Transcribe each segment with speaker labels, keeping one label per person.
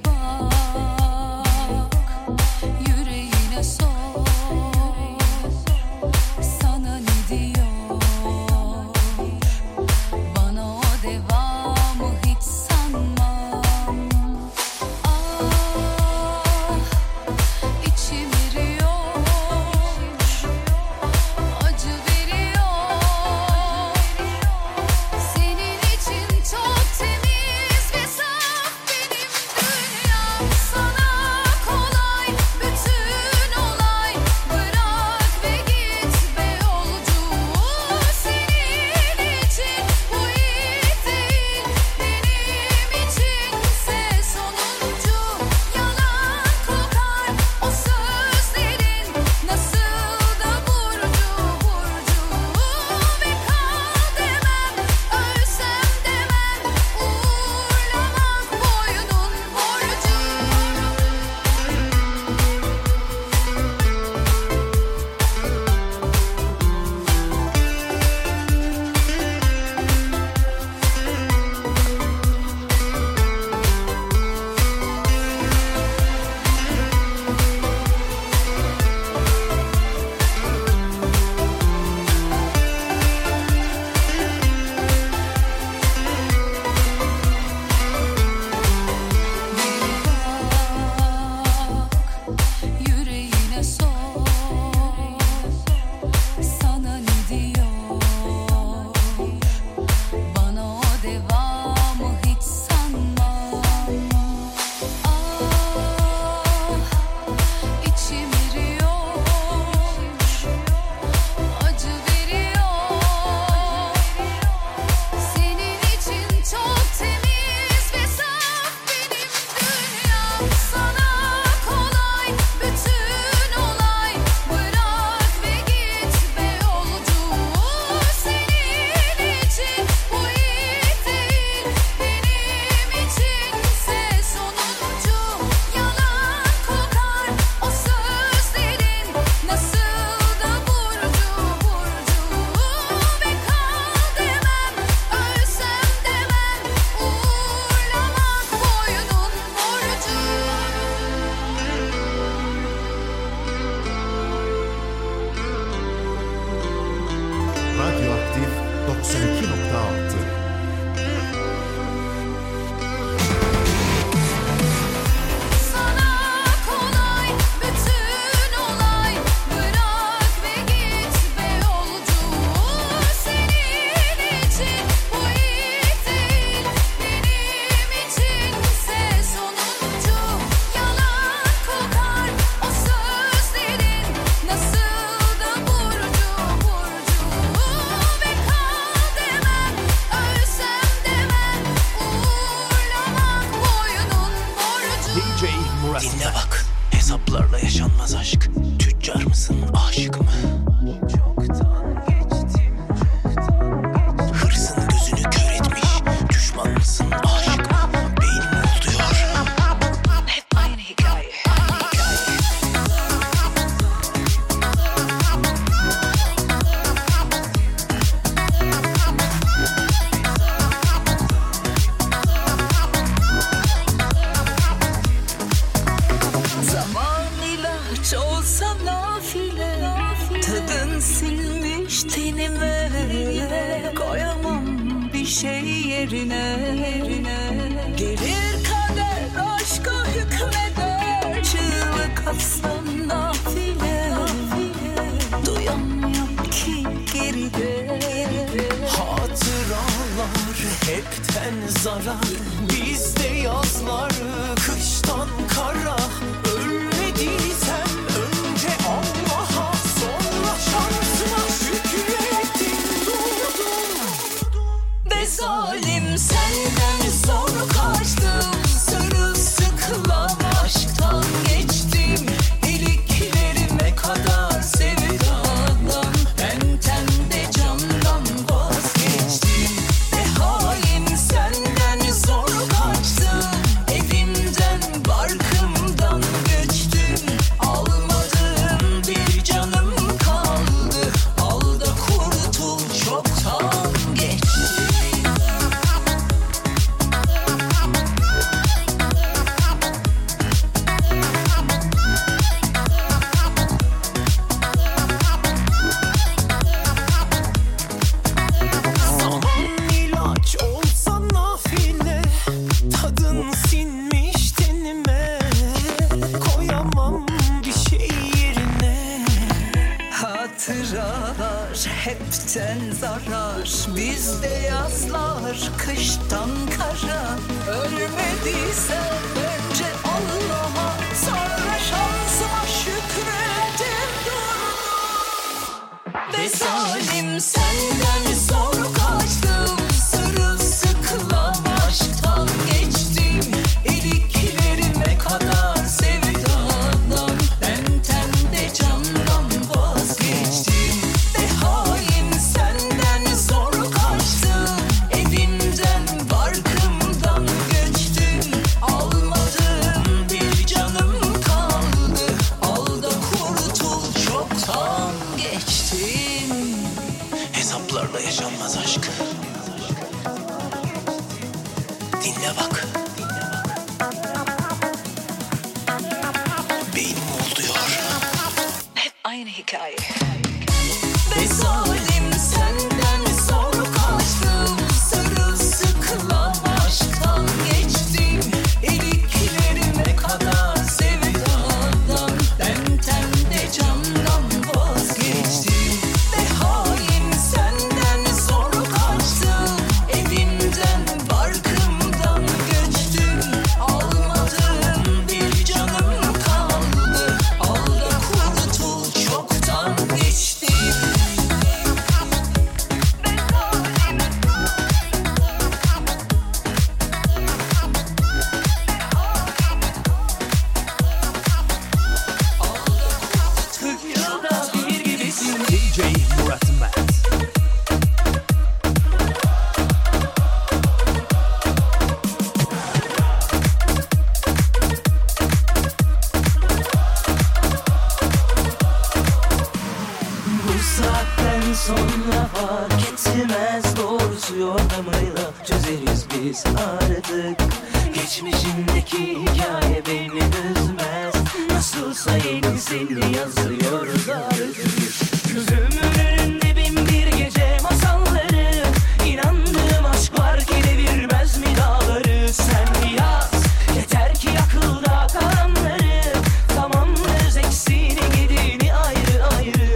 Speaker 1: Evimden Zaten zarar bizde yazlar kıştan kara. Ölmediysen önce Allah'a, sonra şansıma şükredip durdum. Ve zalim senden zor kaçtım, sırılsıklam aşktan geçtim. İliklerime kadar sevdadan, ben tende candan vazgeçtim. Ve hain senden zor kaçtım, evimden barkımdan göçtüm. Almadığım bir canım kaldı, al da kurtul çoktan geçtim.
Speaker 2: Hesaplarla yaşanmaz aşk. Dinle bak. Beynim oluyor.
Speaker 1: Hep aynı hikaye. Ve zalim senden zor kaçtım, sırılsıklam aşktan geçtim. İliklerime kadar sevdadan, ben tende candan vazgeçtim. Ve hain senden zor kaçtım, evimden barkımdan göçtüm. Almadığım bir canım kaldı, al da kurtul çoktan geçtim. Yılda bir gibisin.
Speaker 3: DJ Murat Mert.
Speaker 4: Bu saatten sonra fark etmez, doğrusu yordamıyla çözeriz biz artık. Geçmişimdeki hikaye beni üzmez, nasılsa yenisini yazıyoruz artık. Gözümün önünde bin bir gece masalları, inandığım aşk var ki devirmez mi dağları. Sen yaz, yeter ki akılda kalanları, tamamlarız eksiğini gidini ayrı ayrı.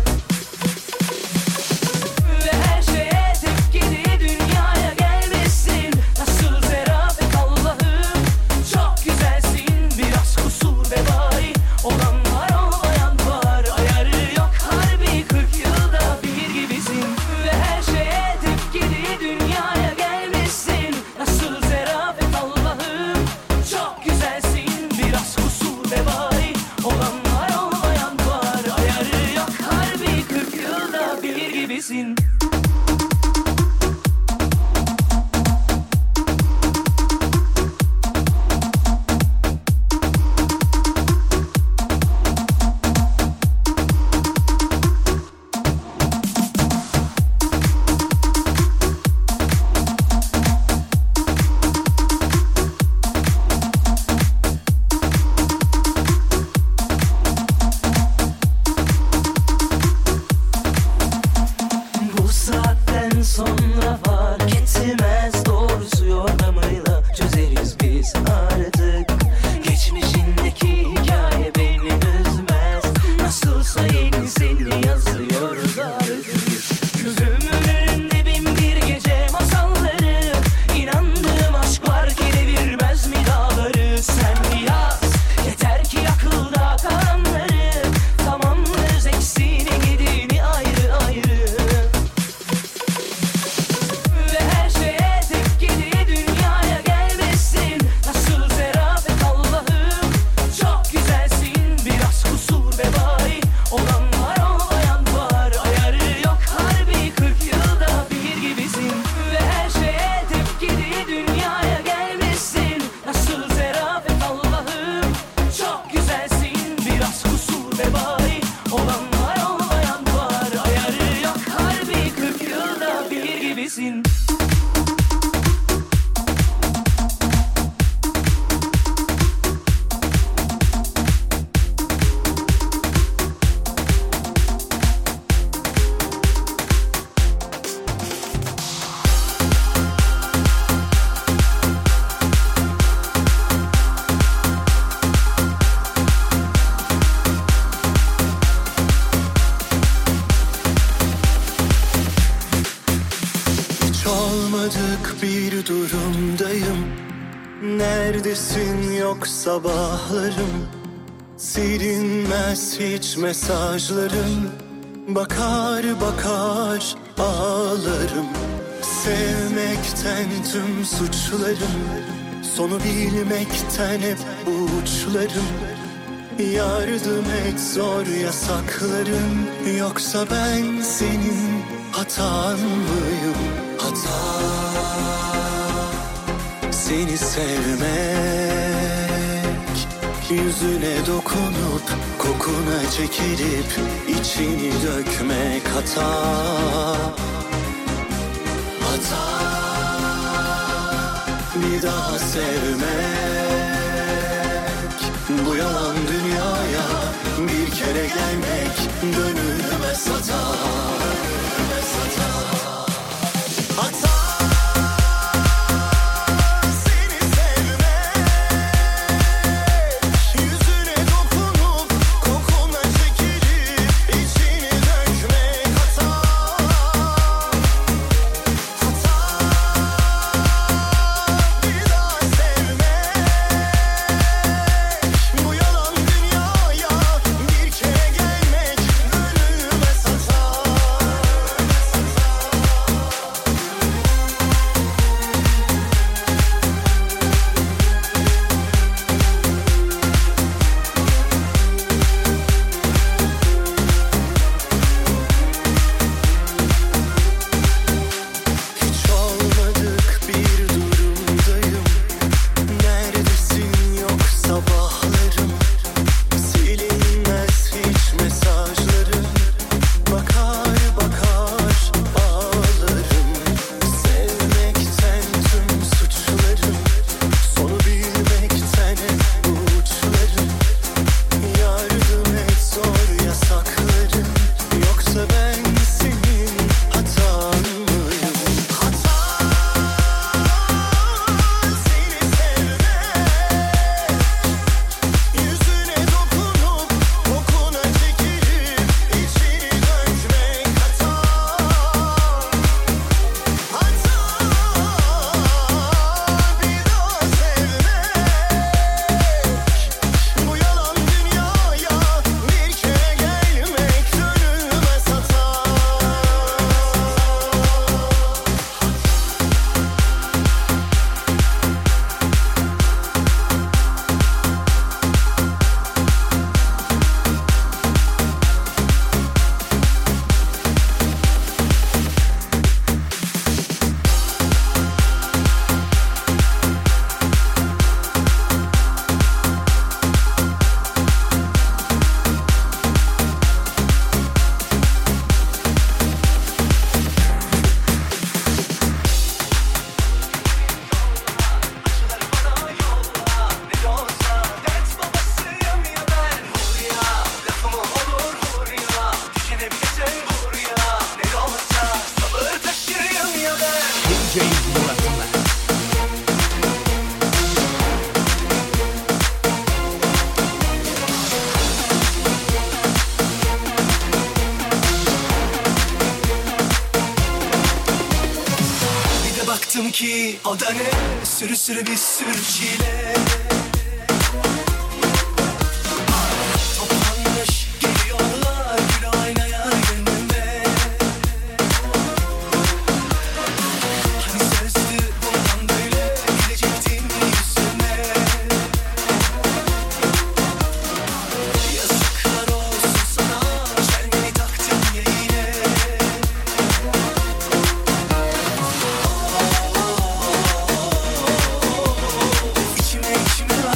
Speaker 4: Ve her şeye tepkili dünyaya gelmesin, nasıl zarafet Allah'ım, çok güzelsin. Biraz kusur ve bari olan var olmayan var, ayarı yok
Speaker 5: bir durumdayım. Neredesin yok sabahlarım, silinmez hiç mesajlarım. Bakar bakar ağlarım. Sevmekten tüm suçlarım, sonu bilmekten hep uçlarım. Yardım et zor yasaklarım, yoksa ben senin hatan mıyım? Hata seni sevmek, yüzüne dokunup kokuna çekilip içini dökmek hata. Hata bir daha sevmek, bu yalan dünyaya bir kere gelmek dönülmez hata. Hata seni sevmek, yüzüne dokunup kokuna çekilip içini dökmek hata. Hata bir daha sevmek, bu yalan dünyaya bir kere gelmek dönülmez hata. Hiç olmadık bir durumdayım. Neredesin yok sabahlarım, silinmez hiç mesajlarım. Bakar bakar ağlarım. Sevmekten tüm suçlarım, sonu bilmekten hep uçlarım. Yardım et zor yasaklarım, yoksa ben senin hatan mıyım? Hata seni sevmek, yüzüne dokunup kokuna çekilip içini dökmek hata. Hata bir daha sevmek, bu yalan dünyaya bir kere gelmek dönülmez hata.
Speaker 3: DJ Murat Mert.
Speaker 2: Bir de baktım ki o da ne, sürü sürü bir sürü çile. Toplanmış geliyorlar bir aynaya gönlüme. Hani sözdü bundan böyle gülecektin yüzüme. Yazıklar olsun sana, çelmeni taktın ya yine. İçime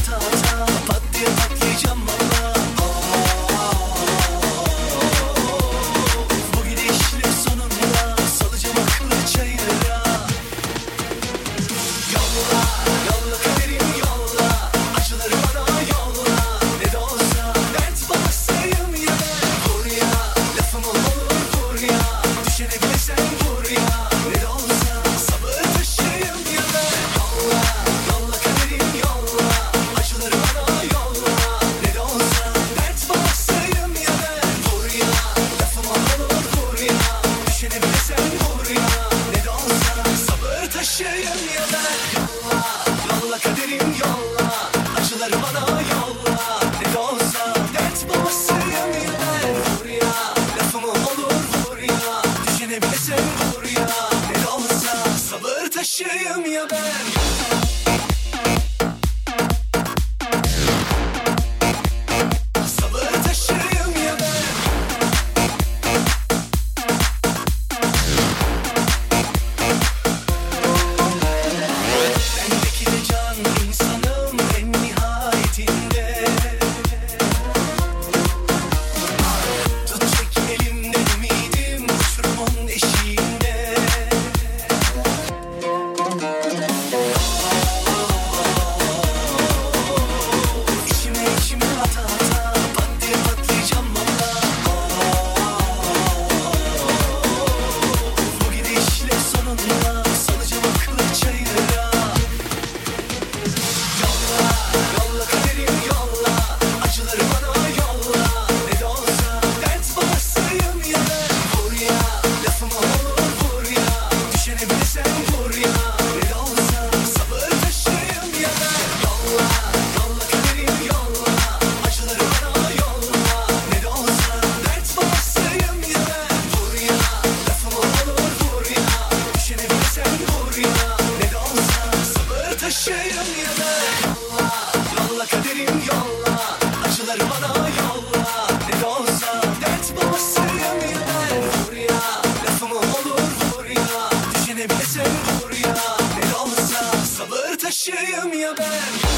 Speaker 2: ederim yolla. Acıları bana yolla. Ne de olsa dert babasıyım ya ben. Vur ya lafımı olur vur ya. Düşünebilirsin vur ya. Ne de olsa sabır taşıyım ya ben.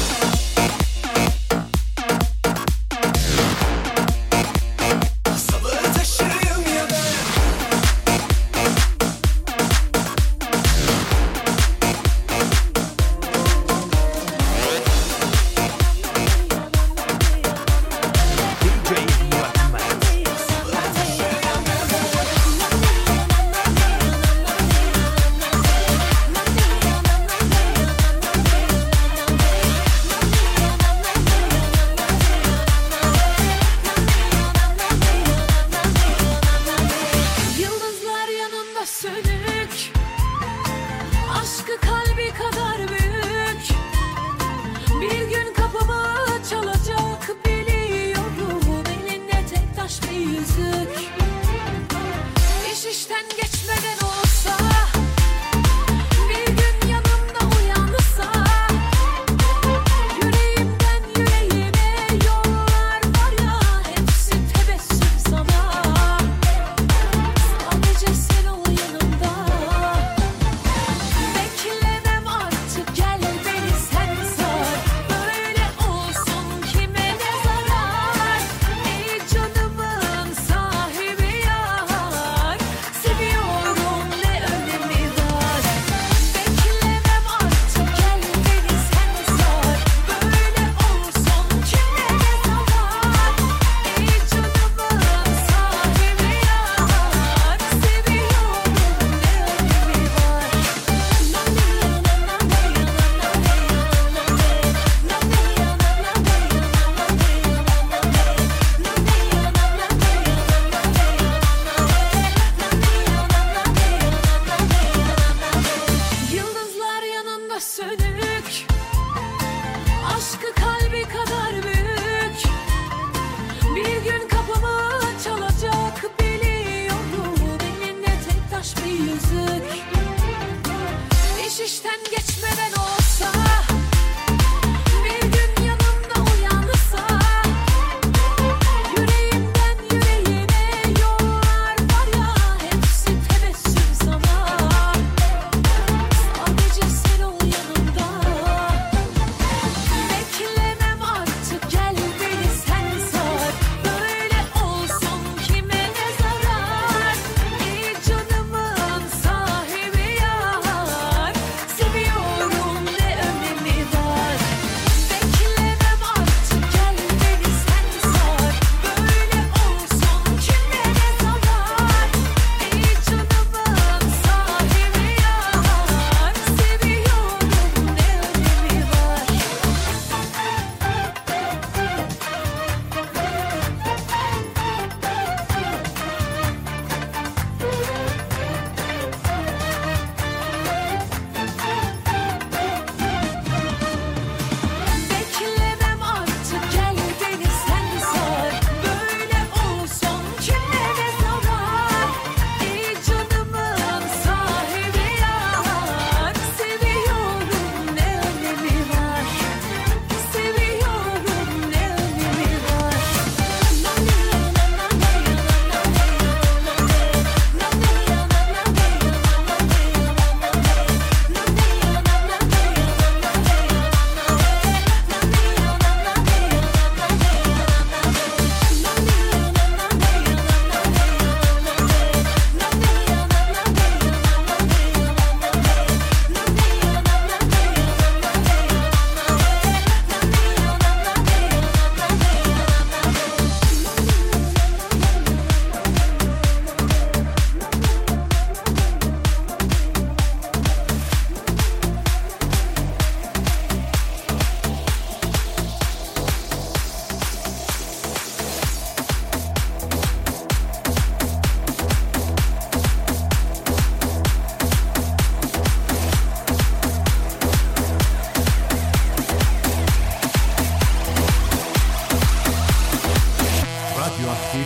Speaker 6: Radyoaktif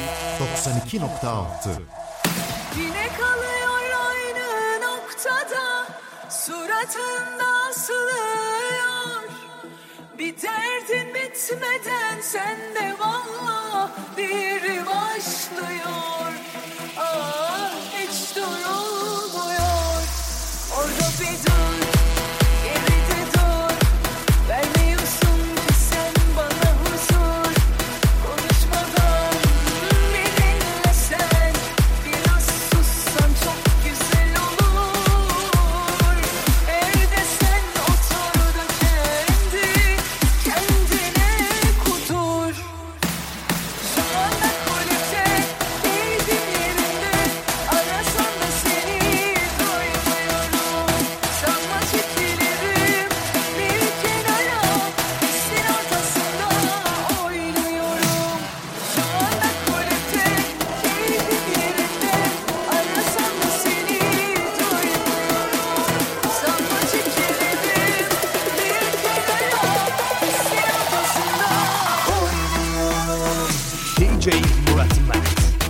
Speaker 6: 92.6.
Speaker 1: Yine kalıyor aynı noktada, suratında asılıyor. Bir derdin bitmeden sende valla biri başlıyor. Ah hiç durulmuyor. Orada bir dur, geride dur. Vermiyorsun ki sen bana huzur. Konuşmadan bir dinlesen, biraz sussan çok güzel olur. Evde sen otur da kendine kudur. Şu anda kulüpte keyfim yerinde, arasan da seni duymuyorum. Sanma çekilirim bir kenara, hissin ortasında oynuyorum. Şu anda kulüpte keyfim yerinde, arasan da seni duymuyorum. Sanma çekilirim bir kenara, hissin ortasında oynuyorum.
Speaker 3: DJ Murat Mert.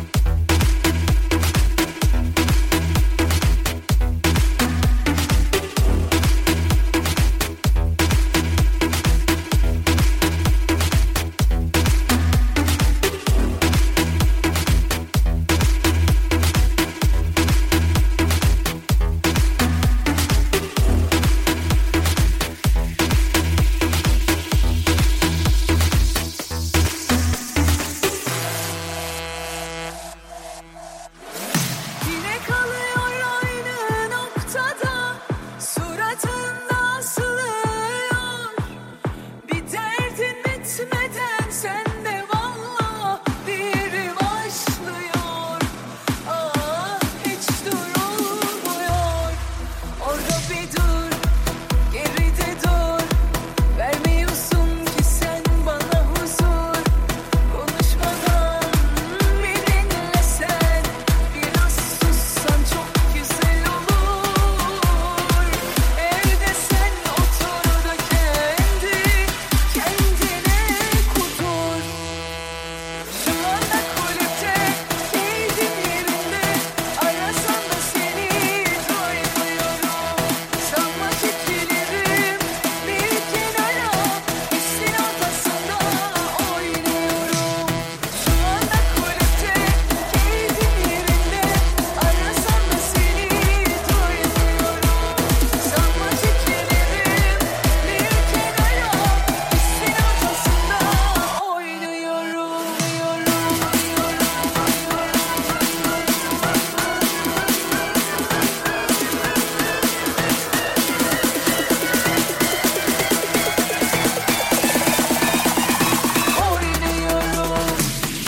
Speaker 1: Yine kalıyor aynı noktada, suratında asılıyor. Bir derdin bitmeden sende valla biri başlıyor. Ah hiç durulmuyor. Orada bir dur, geride dur. Vermiyorsun ki sen bana huzur. Konuşmadan bir dinlesen, biraz sussan çok güzel olur. Evde sen otur da kendine kudur. Şu anda kulüpte keyfim yerinde, arasan da seni duymuyorum. Sanma çekilirim bir kenara, hissin ortasında oynuyorum. Şu anda kulüpte keyfim yerinde, arasan da seni duymuyorum. Sanma çekilirim bir kenara, hissin ortasında oynuyorum. Oynuyorum.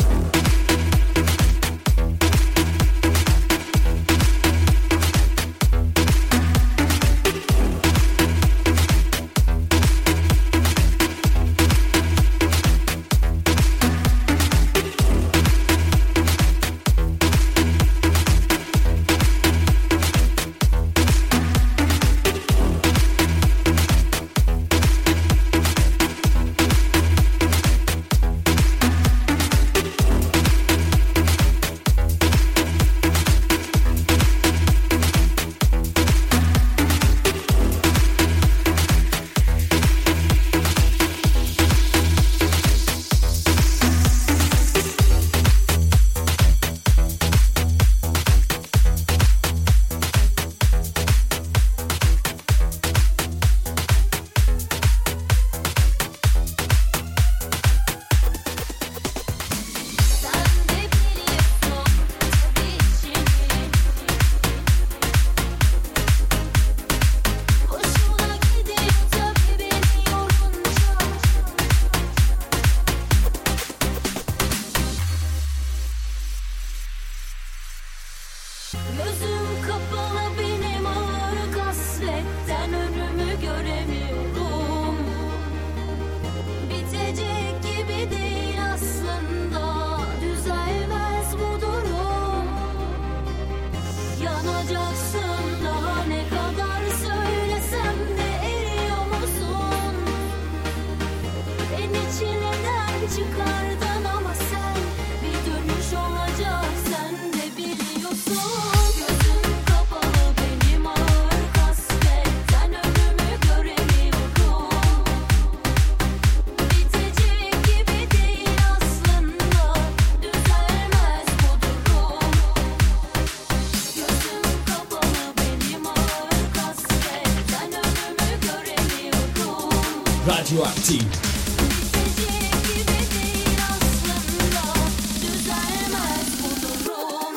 Speaker 7: Sen de biliyorsun tabii şimdi, hoşuna gidiyor tabii beni yorunca. Gözüm kapalı benim ağır kasvetten önümü göremiyorum. Bitecek gibi değil aslında, düzelmez bu durum. Yanacaksın daha ne kadar söylesem de eriyor musun? Beni çileden çıkardın ama sen bir dönüş olacak, sen de biliyorsun. Gözüm kapalı benim ağır kasvetten önümü göremiyorum.
Speaker 8: Party.
Speaker 7: Bitecek gibi değil aslında, düzelmez bu durum.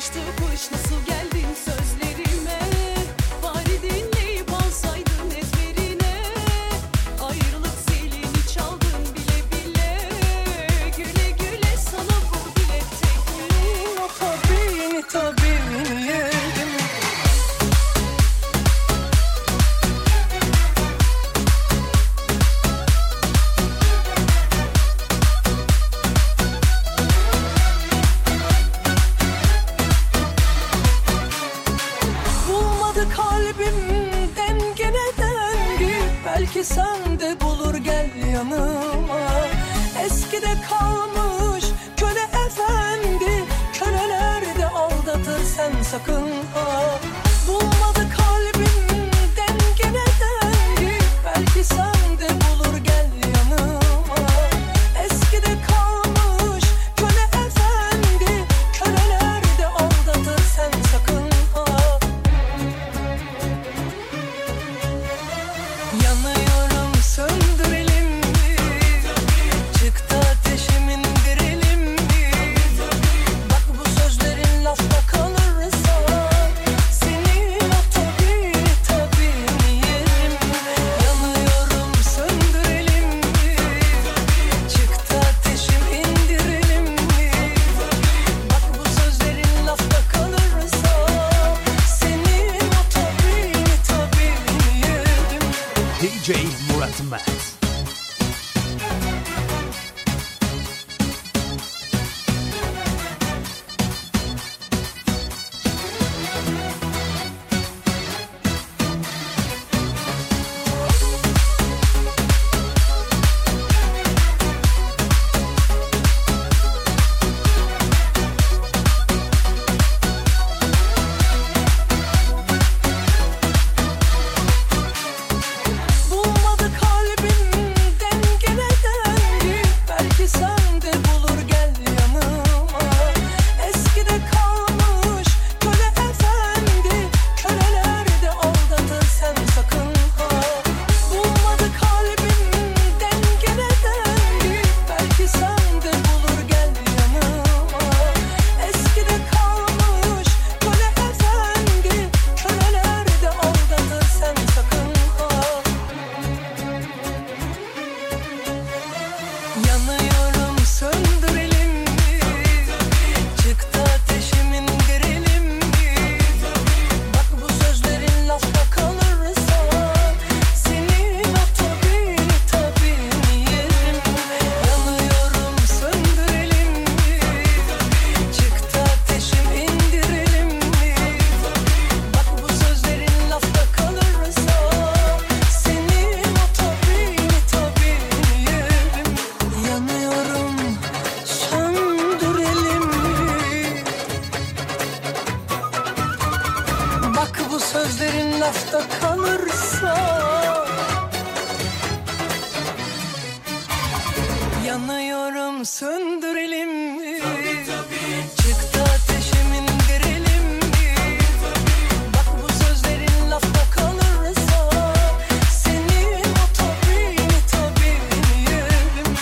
Speaker 1: taştı kuş nasıl geldin sözlerime. Bari dinleyip alsaydın ezberine. Ayrılık zilini çaldın bile bile. Güle güle sana bu bilet tekniği.
Speaker 5: Tabii yedim. Bulmadı kalbim dengene dengi. Belki sen de bulur gel yanıma. Eskide kalmış köle efendi. Köleler de aldatır sen sakın ha. Bulmadı kalbim dengene dengi. Belki sen de bulur gel yanıma. Eskide kalmış köle efendi. Köleler de aldatır sen sakın ha. Yanıyorum söndürelim mi? Çıktı ateşim indirelim mi? Bak bu sözlerin lafta kalırsa senin o tabii yerim. Yanıyorum söndürelim mi? Çıktı ateşim indirelim mi? Bak bu sözlerin lafta kalırsa senin o tabii yerim.
Speaker 3: DJ Murat Mert.
Speaker 5: Bulmadı kalbim dengene dengi. Belki sen de bulur gel yanıma. Eskide kalmış köle efendi. Köleler de aldatır sen sakın ha. Bulmadı kalbim dengene dengi. Belki sen de bulur gel yanıma. Eskide kalmış köle efendi. Köleler de aldatır sen sakın ha. Yanıyorum söndürelim mi? Çıktı ateşim indirelim mi? Bak bu sözlerin lafta kalırsa senin o tabii yerim. Yanıyorum söndürelim mi? Çıktı ateşim indirelim mi? Bak bu sözlerin lafta kalırsa senin o tabii yerim. Yanıyorum söndürelim mi? Bak bu sözlerin lafta kalırsa yanıyorum söndürelim mi? Çıktı ateşim indirelim mi? Bak bu sözlerin lafta kalırsa senin o tabii yerim.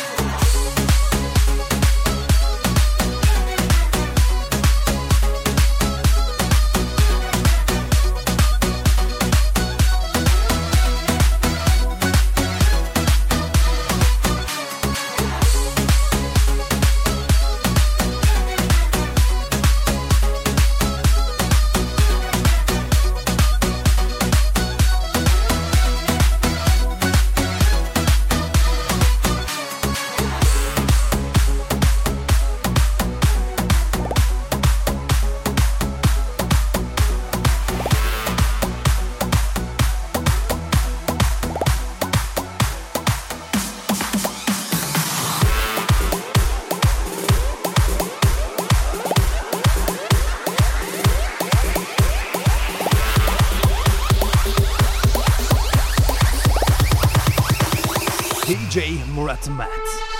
Speaker 3: DJ Murat Mert.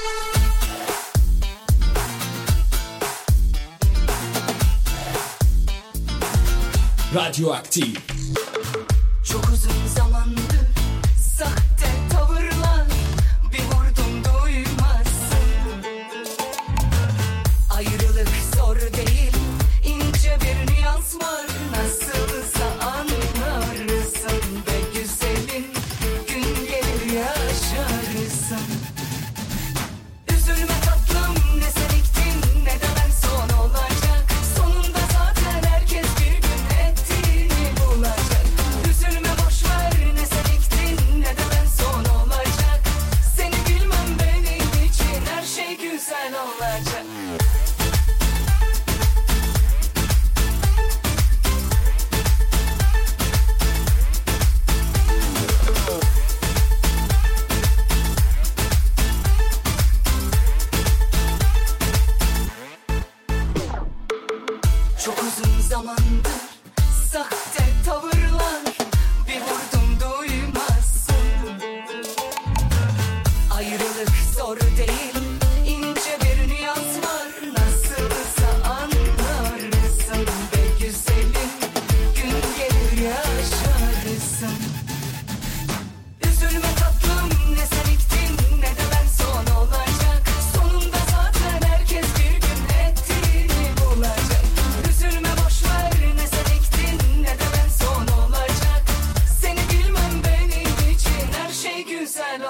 Speaker 2: Radyoaktif.
Speaker 1: Çok uzun zamandır sahte tavırlar, bir vurdum duymazsın. Ayrılık zor değil, ince bir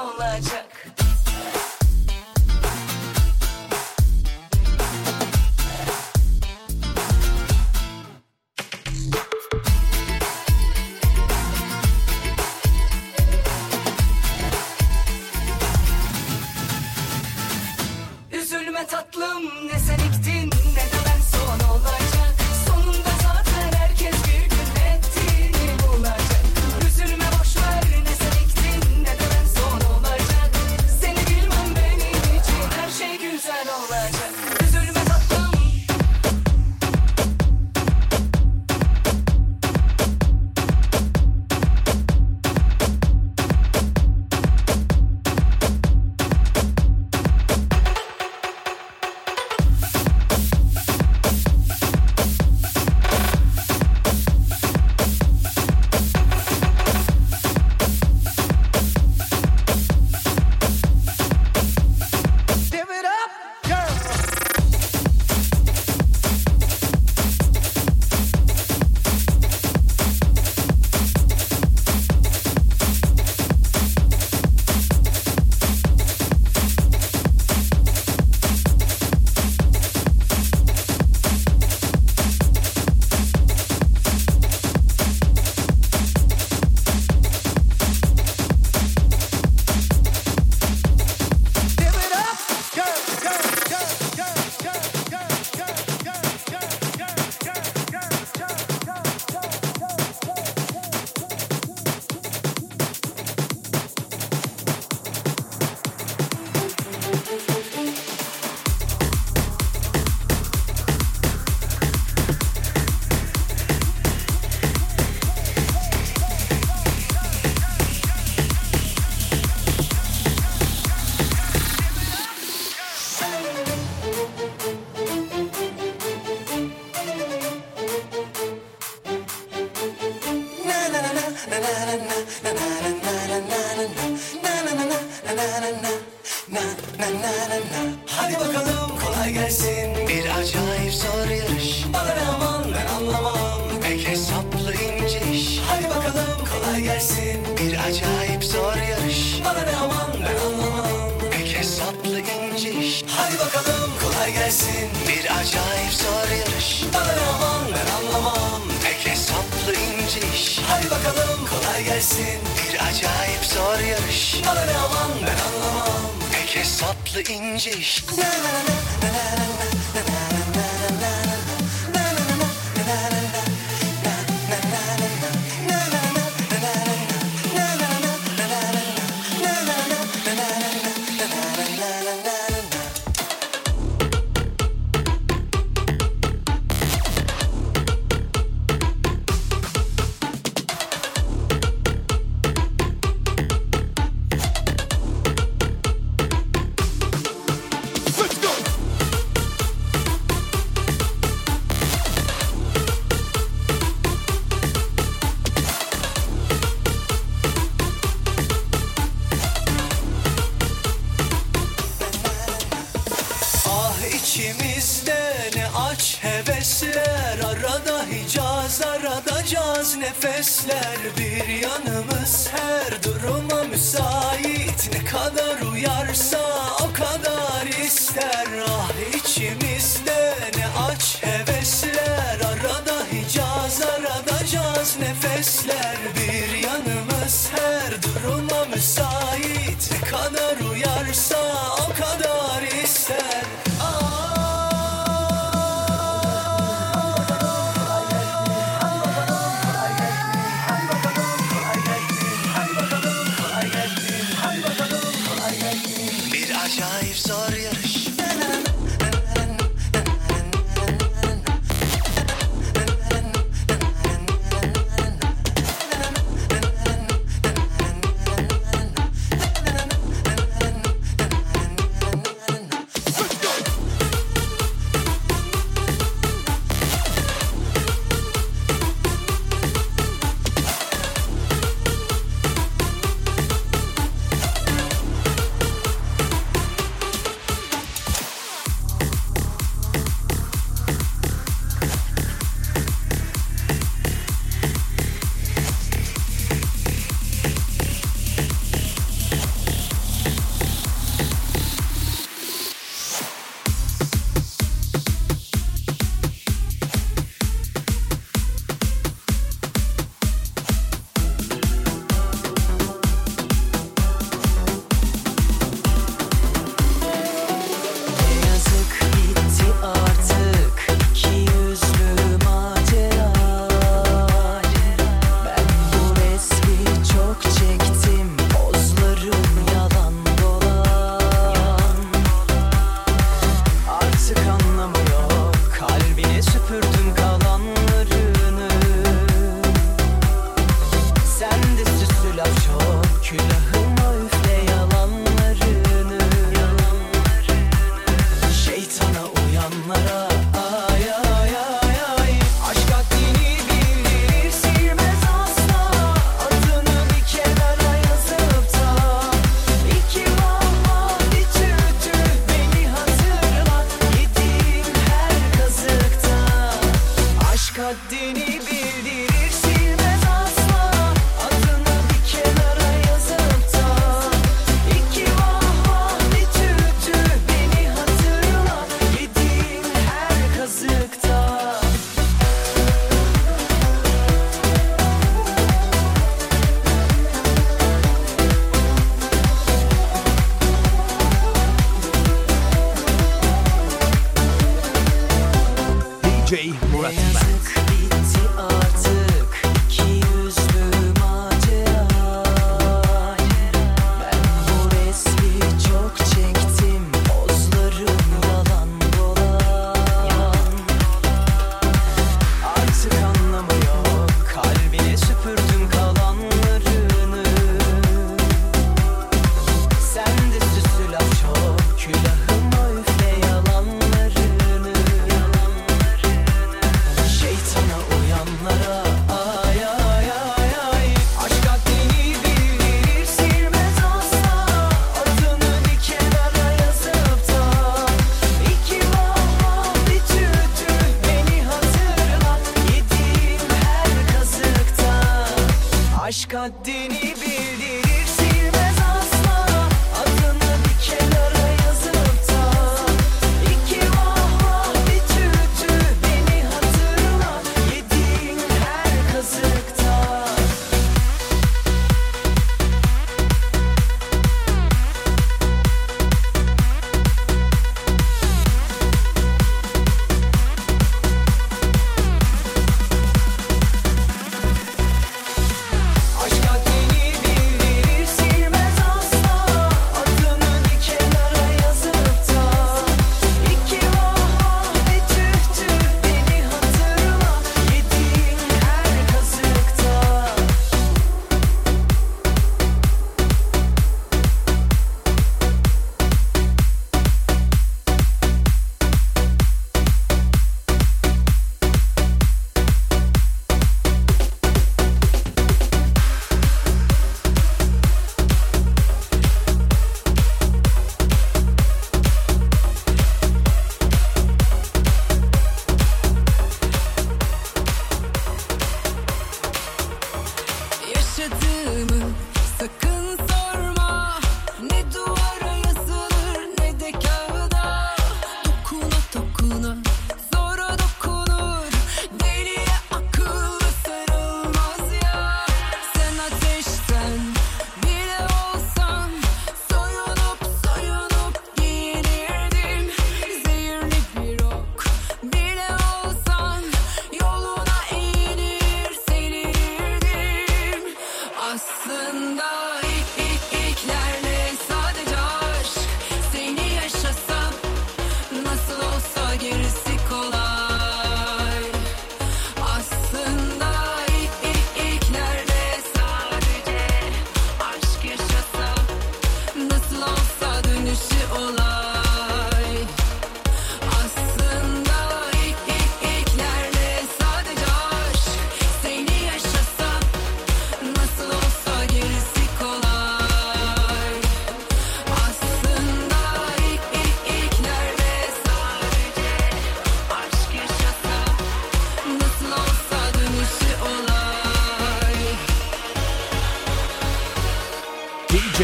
Speaker 1: olacak. Üzülme tatlım, ne sen ektin ne de ben son olacak. Sonunda zaten herkes bir gün ettiğini bulacak. Üzülme boşver, ne sen ektin ne de ben son olacak. Seni bilmem benim için her şey güzel olacak. Üzülme tatlım.
Speaker 2: Hadi bakalım kolay gelsin. Bir acayip zor yarış. Bana ne aman ben anlamam. Pek hesaplı ince iş. Hadi bakalım kolay gelsin. Bir acayip zor yarış. Bana ne aman ben anlamam. Pek hesaplı ince iş. Hadi bakalım kolay gelsin. Bir acayip zor yarış. Bana ne aman ben anlamam. Pek hesaplı ince iş. Hadi bakalım kolay gelsin. Bir acayip zor yarış. Bana ne aman ben anlamam. Pek hesaplı ince iş. İçimizde ne aç hevesler. Arada Hicaz, arada caz nefesler. Bir yanımız her duruma müsait. Ne kadar uyarsa o kadar ister. Ah içimizde ne aç hevesler. Arada Hicaz, arada caz nefesler. Bir yanımız her duruma müsait. Ne kadar uyarsa o kadar ister. Bir acayip zor yarış.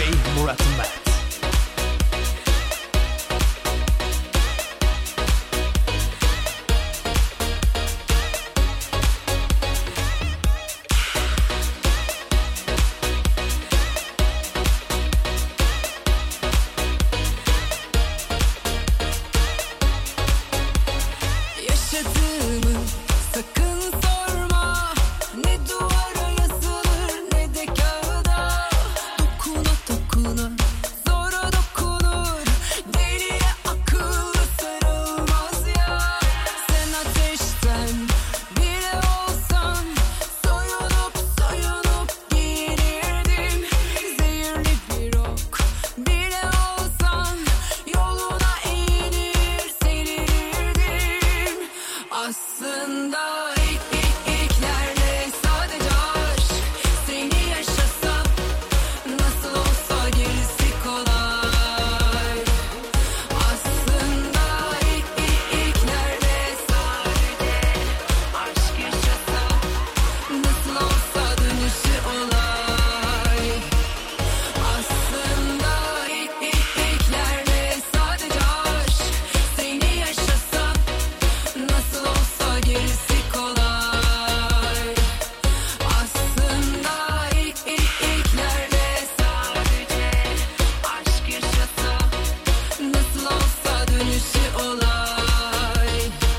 Speaker 3: Murat Mert.
Speaker 5: Yaşadığımı sakın sorma. Ne duvara yazılır ne de kağıda. Dokuna dokuna zora dokunur. Deliye akıllı sarılmaz ya. Sen ateşten bile olsan soyunup soyunup giyinirdim. Zehirli bir ok bile olsan yoluna eğilir serilirdim. Aslında ilklerde sadece aşk. Seni yaşasam nasıl olsa gerisi kolay. Aslında ilklerde sadece aşk yaşasam nasıl olsa dönüşü olay. Aslında ilklerde sadece aşk. Seni yaşasam nasıl olsa gerisi kolay. Aslında ilklerde sadece aşk yaşasam nasıl olsa dönüşü olay.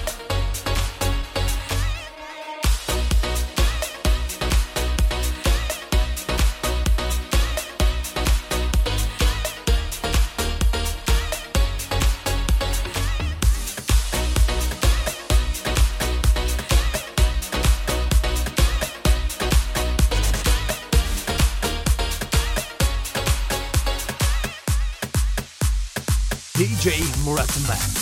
Speaker 3: DJ Murat Mert.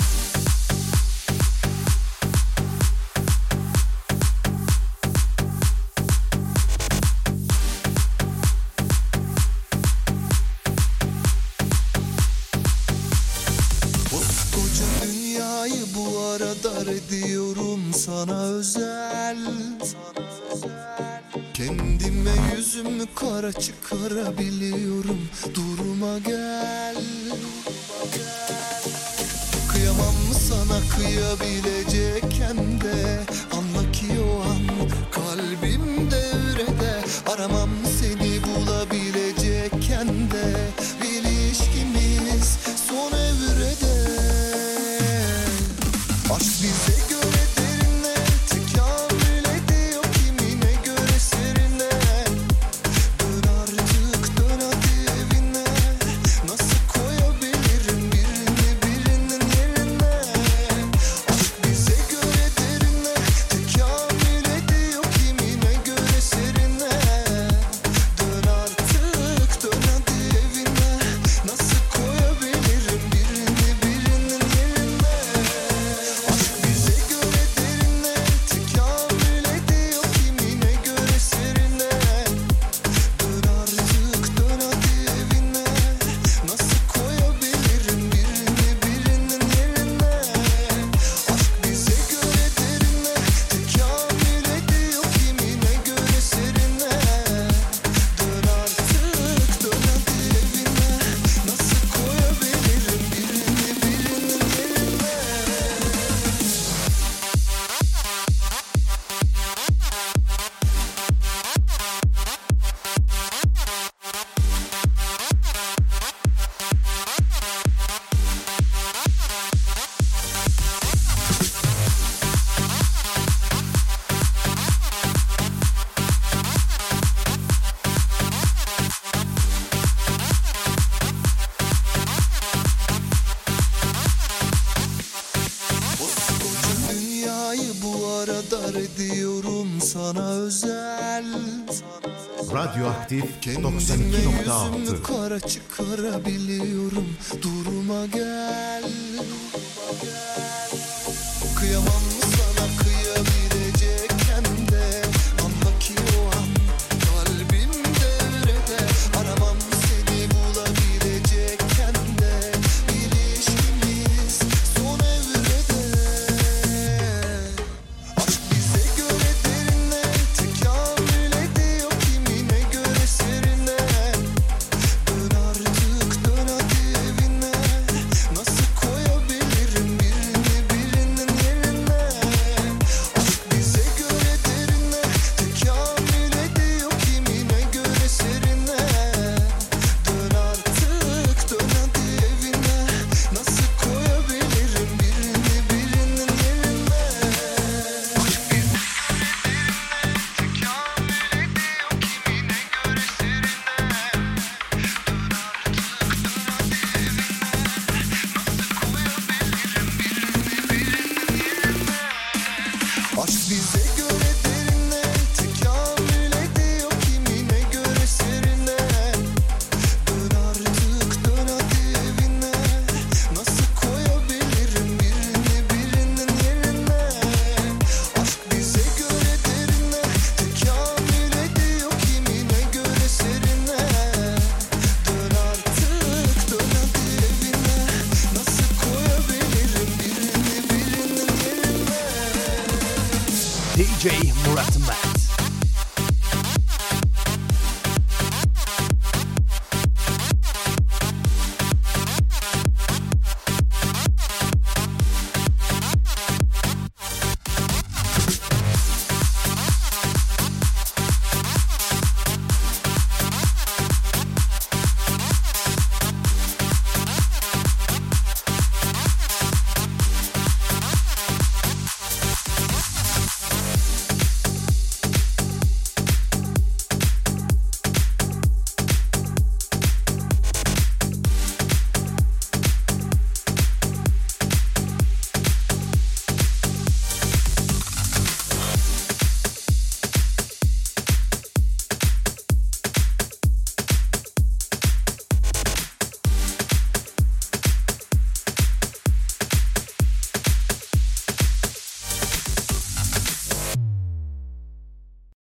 Speaker 2: Koskoca dünyayı bu ara dar ediyorum sana özel. Kendime yüzümü kara çıkarabiliyorum. Duruma gel. Kıyamam mı sana kıyabilecekken de. Anla ki o an kalbim devrede. Aramam seni bulabilecekken de. İlişkimiz son evrede. Aşk bize göre derine tekamül ediyor kimine göre serine. Dön artık dön hadi evine. Nasıl koyabilirim birini birinin yerine. Aşk bize göre derine tekamül ediyor kimine göre serine. Dön artık dön hadi evine. Nasıl koyabilirim birini birinin yerine. Aşk bize göre derine tekamül ediyor kimine göre serine. Dön artık dön hadi evine. Nasıl koyabilirim birini birinin yerine. Aşk bize göre derine tekamül ediyor kimine göre serine. Dön artık dön hadi evine. Nasıl koyabilirim birini birinin yerine. Koskoca dünyayı bu ara dar ediyorum sana özel.
Speaker 6: Radyoaktif
Speaker 2: Kendime yüzümü
Speaker 6: 92.6.
Speaker 2: kara çıkarabiliyorum. Duruma gel. Kıyamam mı sana kıyabilecekken de. Anla ki o an kalbim devrede. Aramam seni bulabilecekken de. İlişkimiz son evrede. Aşk bize göre derine tekamül ediyor kimine göre serine. Dön
Speaker 3: DJ